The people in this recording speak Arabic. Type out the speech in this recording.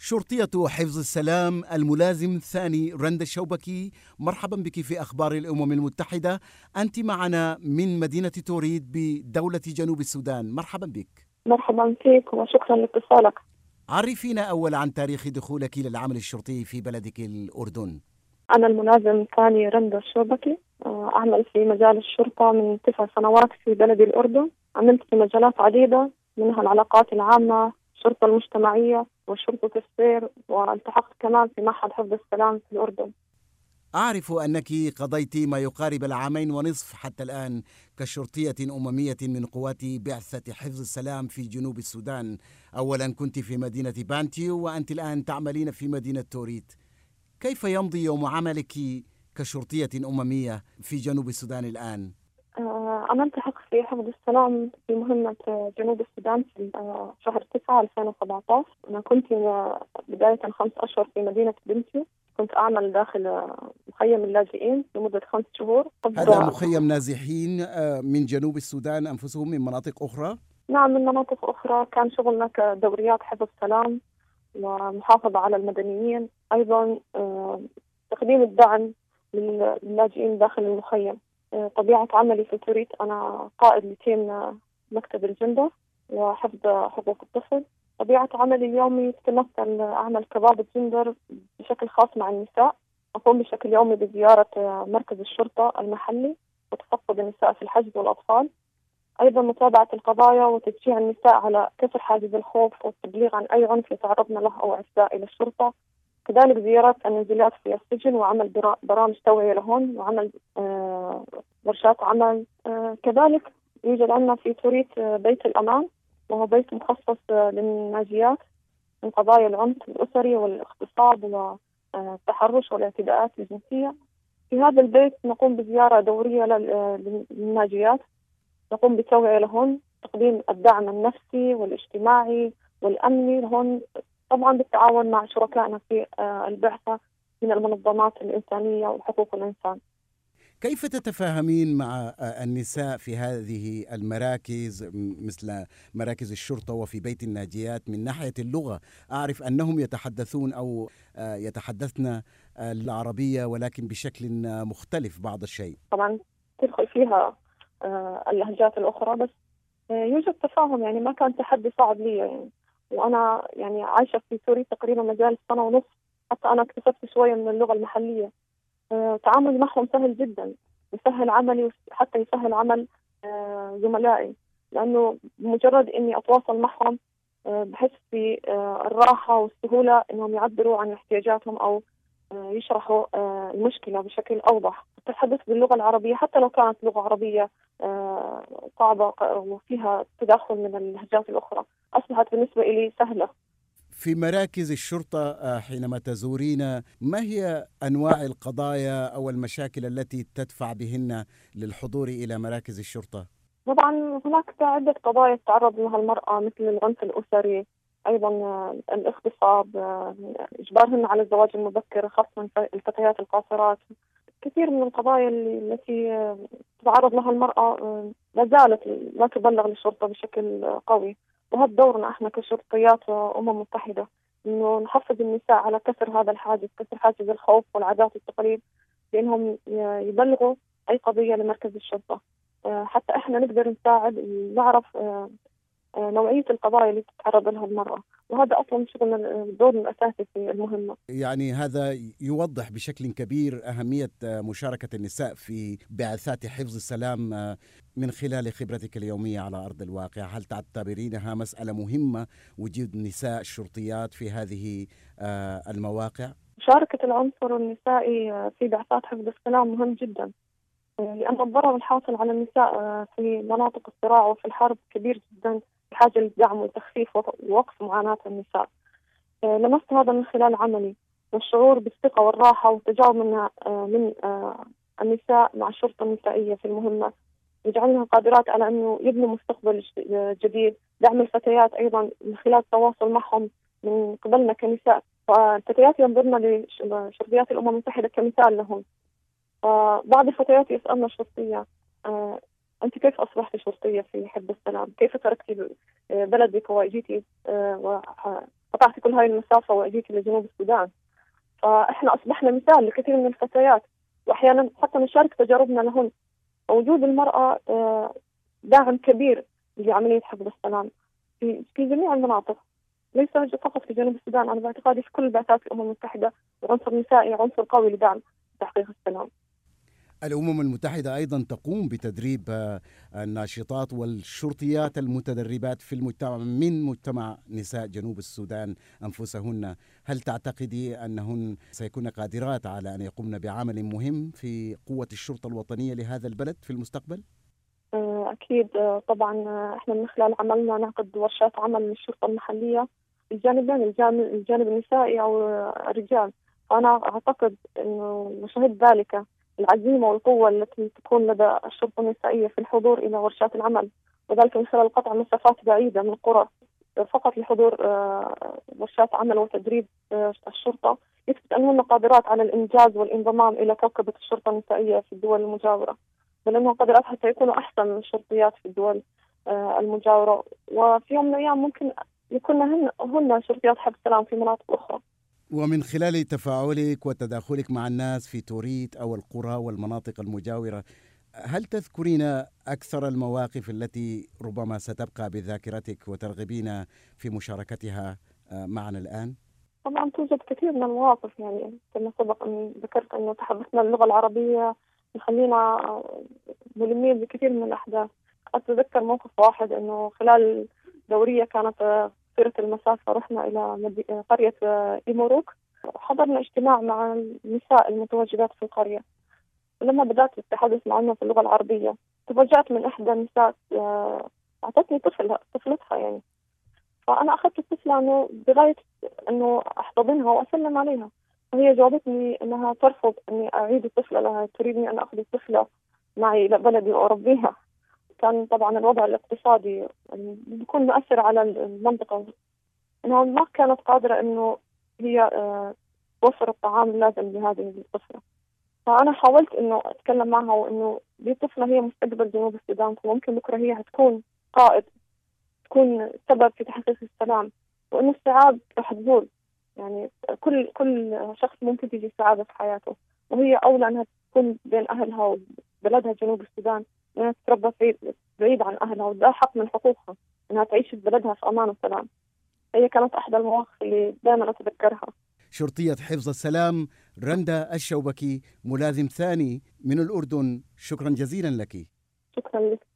شرطية حفظ السلام الملازم الثاني رندا الشوبكي، مرحبا بك في أخبار الأمم المتحدة. أنت معنا من مدينة توريد بدولة جنوب السودان. مرحبا بك. مرحبا فيك وشكرا لاتصالك. عرفينا أول عن تاريخ دخولك للعمل الشرطي في بلدك الأردن. أنا الملازم الثاني رندا الشوبكي، أعمل في مجال الشرطة من 9 سنوات في بلدي الأردن. عملت في مجالات عديدة، منها العلاقات العامة، الشرطة المجتمعية وشرطة السير، والتحقت كمان في معهد حفظ السلام في الأردن. أعرف أنك قضيت ما يقارب العامين ونصف حتى الآن كشرطية أممية من قوات بعثة حفظ السلام في جنوب السودان. أولا كنت في مدينة بانتيو وأنت الآن تعملين في مدينة توريت. كيف يمضي يوم عملك كشرطية أممية في جنوب السودان الآن؟ أنا التحقت في حفظ السلام في مهمة جنوب السودان في شهر 9 2017. أنا كنت بداية 5 أشهر في مدينة بنتيو، كنت أعمل داخل مخيم اللاجئين لمدة 5 شهور. هذا مخيم نازحين من جنوب السودان أنفسهم من مناطق أخرى؟ نعم، من مناطق أخرى. كان شغلنا كدوريات حفظ سلام ومحافظة على المدنيين، أيضا تقديم الدعم للاجئين داخل المخيم. طبيعة عملي في توريت، أنا قائد لتيم مكتب الجندر وحفظ حقوق الطفل. طبيعة عملي اليومي تتمثل أعمل كضابط جندر بشكل خاص مع النساء. أقوم بشكل يومي بزيارة مركز الشرطة المحلي وتفقد النساء في الحجز والأطفال، أيضا متابعة القضايا وتشجيع النساء على كسر حاجز الخوف والتبليغ عن أي عنف يتعرضن له أو إعتداء إلى الشرطة. كذلك زيارات المنزلات في السجن وعمل برامج توعية لهن وعمل ورشات عمل. كذلك يوجد عندنا في توريت بيت الأمان، وهو بيت مخصص للناجيات من قضايا العنف الأسري والاغتصاب والتحرش والاعتداءات الجنسية. في هذا البيت نقوم بزيارة دورية للناجيات، نقوم بتوعية لهن، تقديم الدعم النفسي والاجتماعي والأمني لهن، طبعا بالتعاون مع شركائنا في البعثة من المنظمات الإنسانية وحقوق الإنسان. كيف تتفاهمين مع النساء في هذه المراكز مثل مراكز الشرطة وفي بيت الناجيات من ناحية اللغة؟ أعرف أنهم يتحدثون أو يتحدثن العربية ولكن بشكل مختلف بعض الشيء. طبعا تدخل فيها اللهجات الأخرى، بس يوجد تفاهم، يعني ما كان تحدي صعب لي يعني. وأنا يعني عايشة في سوريا تقريبا مجال 1.5 سنة، حتى أنا اكتسبت شوية من اللغة المحلية. تعاملي معهم سهل جدا، يسهل عملي وحتى يسهل عمل زملائي، لأنه بمجرد إني أتواصل معهم بحس في الراحة والسهولة إنهم يعبروا عن احتياجاتهم أو يشرحوا المشكلة بشكل أوضح. التحدث باللغة العربية حتى لو كانت لغة عربية صعبة وفيها تداخل من اللهجات الأخرى أصبحت بالنسبة لي سهلة. في مراكز الشرطة حينما تزورين، ما هي أنواع القضايا أو المشاكل التي تدفع بهن للحضور إلى مراكز الشرطة؟ طبعا هناك عدة قضايا تتعرض لها المرأة، مثل العنف الأسري، أيضا الاغتصاب، إجبارهن على الزواج المبكر خاصة الفتيات القاصرات. كثير من القضايا التي تتعرض لها المرأة لا زالت لا تبلغ للشرطة بشكل قوي، وهذا دورنا احنا كشرطيات متحدة، انه نحفز النساء على كسر هذا الحاجز، كسر حاجز الخوف والعادات والتقاليد، بانهم يبلغوا اي قضية لمركز الشرطة، حتى احنا نقدر نساعد نعرف نوعية القضايا اللي تتعرض لها المرأة، وهذا أصلا شغلنا دورنا الأساسي في المهمة. يعني هذا يوضح بشكل كبير أهمية مشاركة النساء في بعثات حفظ السلام. من خلال خبرتك اليومية على أرض الواقع، هل تعتبرينها مسألة مهمة وجود نساء شرطيات في هذه المواقع؟ مشاركة العنصر النسائي في بعثات حفظ السلام مهم جدا، لأن الضرر الحاصل على النساء في مناطق الصراع وفي الحرب كبير جدا، بحاجة للدعم والتخفيف ووقف معاناة النساء. لمست هذا من خلال عملي، والشعور بالثقة والراحة والتجاوب من النساء مع الشرطة النسائية في المهمة يجعلنها قادرات على أنه يبنوا مستقبل جديد. دعم الفتيات أيضا من خلال التواصل معهم من قبلنا كنساء، فالفتيات ينظرن لشرطيات الأمم المتحدة كمثال لهم. بعض الفتيات يسألن الشرطية أنت كيف أصبحت شرطية في حفظ السلام؟ كيف تركتي بلدك وجيتي قطعتي كل هاي المسافة وأجيتي لجنوب السودان. فإحنا أصبحنا مثال لكثير من الفتيات، وأحيانا حتى نشارك تجاربنا لهن. وجود المرأة داعم كبير لعملية حفظ السلام في جميع المناطق، ليس فقط في جنوب السودان. أنا باعتقادي في كل بعثات الأمم المتحدة العنصر النسائي عنصر قوي لدعم تحقيق السلام. الأمم المتحدة أيضا تقوم بتدريب الناشطات والشرطيات المتدربات في المجتمع من مجتمع نساء جنوب السودان أنفسهن. هل تعتقدي أنهن سيكون قادرات على أن يقومن بعمل مهم في قوة الشرطة الوطنية لهذا البلد في المستقبل؟ أكيد. طبعا إحنا من خلال عملنا نعقد ورشات عمل للشرطة المحلية الجانبين، الجانب النسائي أو الرجال. فأنا أعتقد أنه نشاهد ذلك العزيمة والقوة التي تكون لدى الشرطة النسائية في الحضور إلى ورشات العمل، وذلك من خلال قطع مسافات بعيدة من القرى فقط لحضور ورشات عمل وتدريب الشرطة، يثبت أنهن قادرات على الإنجاز والانضمام إلى كوكبة الشرطة النسائية في الدول المجاورة، بل أنهم قادرات حتى يكونوا أحسن من الشرطيات في الدول المجاورة. وفي يوم من الأيام ممكن يكون هن شرطيات حفظ السلام في مناطق أخرى. ومن خلال تفاعلك وتداخلك مع الناس في توريت أو القرى والمناطق المجاورة، هل تذكرين أكثر المواقف التي ربما ستبقى بذاكرتك وترغبين في مشاركتها معنا الآن؟ طبعا توجد كثير من المواقف، يعني كما سبق أن ذكرت أنه تحدثنا اللغة العربية يخلينا ملمين بكثير من الأحداث. أتذكر موقف واحد أنه خلال دورية كانت قصيرة المسافة رحنا إلى قرية إيموروك، حضرنا اجتماع مع النساء المتواجدات في القرية. ولما بدأت التحدث معنا في اللغة العربية تفاجأت من إحدى النساء أعطتني طفلتها يعني. فأنا أخذت الطفلة أنه بغاية أنه أحتضنها وأسلم عليها، فهي جاوبتني أنها ترفض أني أعيد الطفلة لها، تريدني أن أخذ الطفلة معي إلى بلدي وأربيها. كان طبعا الوضع الاقتصادي بيكون مؤثر على المنطقة، أنها ما كانت قادرة أنه هي توفر الطعام اللازم لهذه الطفلة. فأنا حاولت أنه أتكلم معها وأنه دي طفلة هي مستقبل جنوب السودان، فممكن بكرة هي هتكون قائد، تكون سبب في تحقيق السلام، وأنه السعادة رح تزول. يعني كل شخص ممكن تيجي سعادة في حياته، وهي أولى أنها تكون بين أهلها وبلدها جنوب السودان، وأنها تتربى بعيد عن أهلها، وده حق من حقوقها أنها تعيش في بلدها في أمان وسلام. هي كانت أحدى المواقف اللي دائما أتذكرها. شرطية حفظ السلام رندا الشوبكي، ملازم ثاني من الأردن، شكرا جزيلا لك. شكرا لك.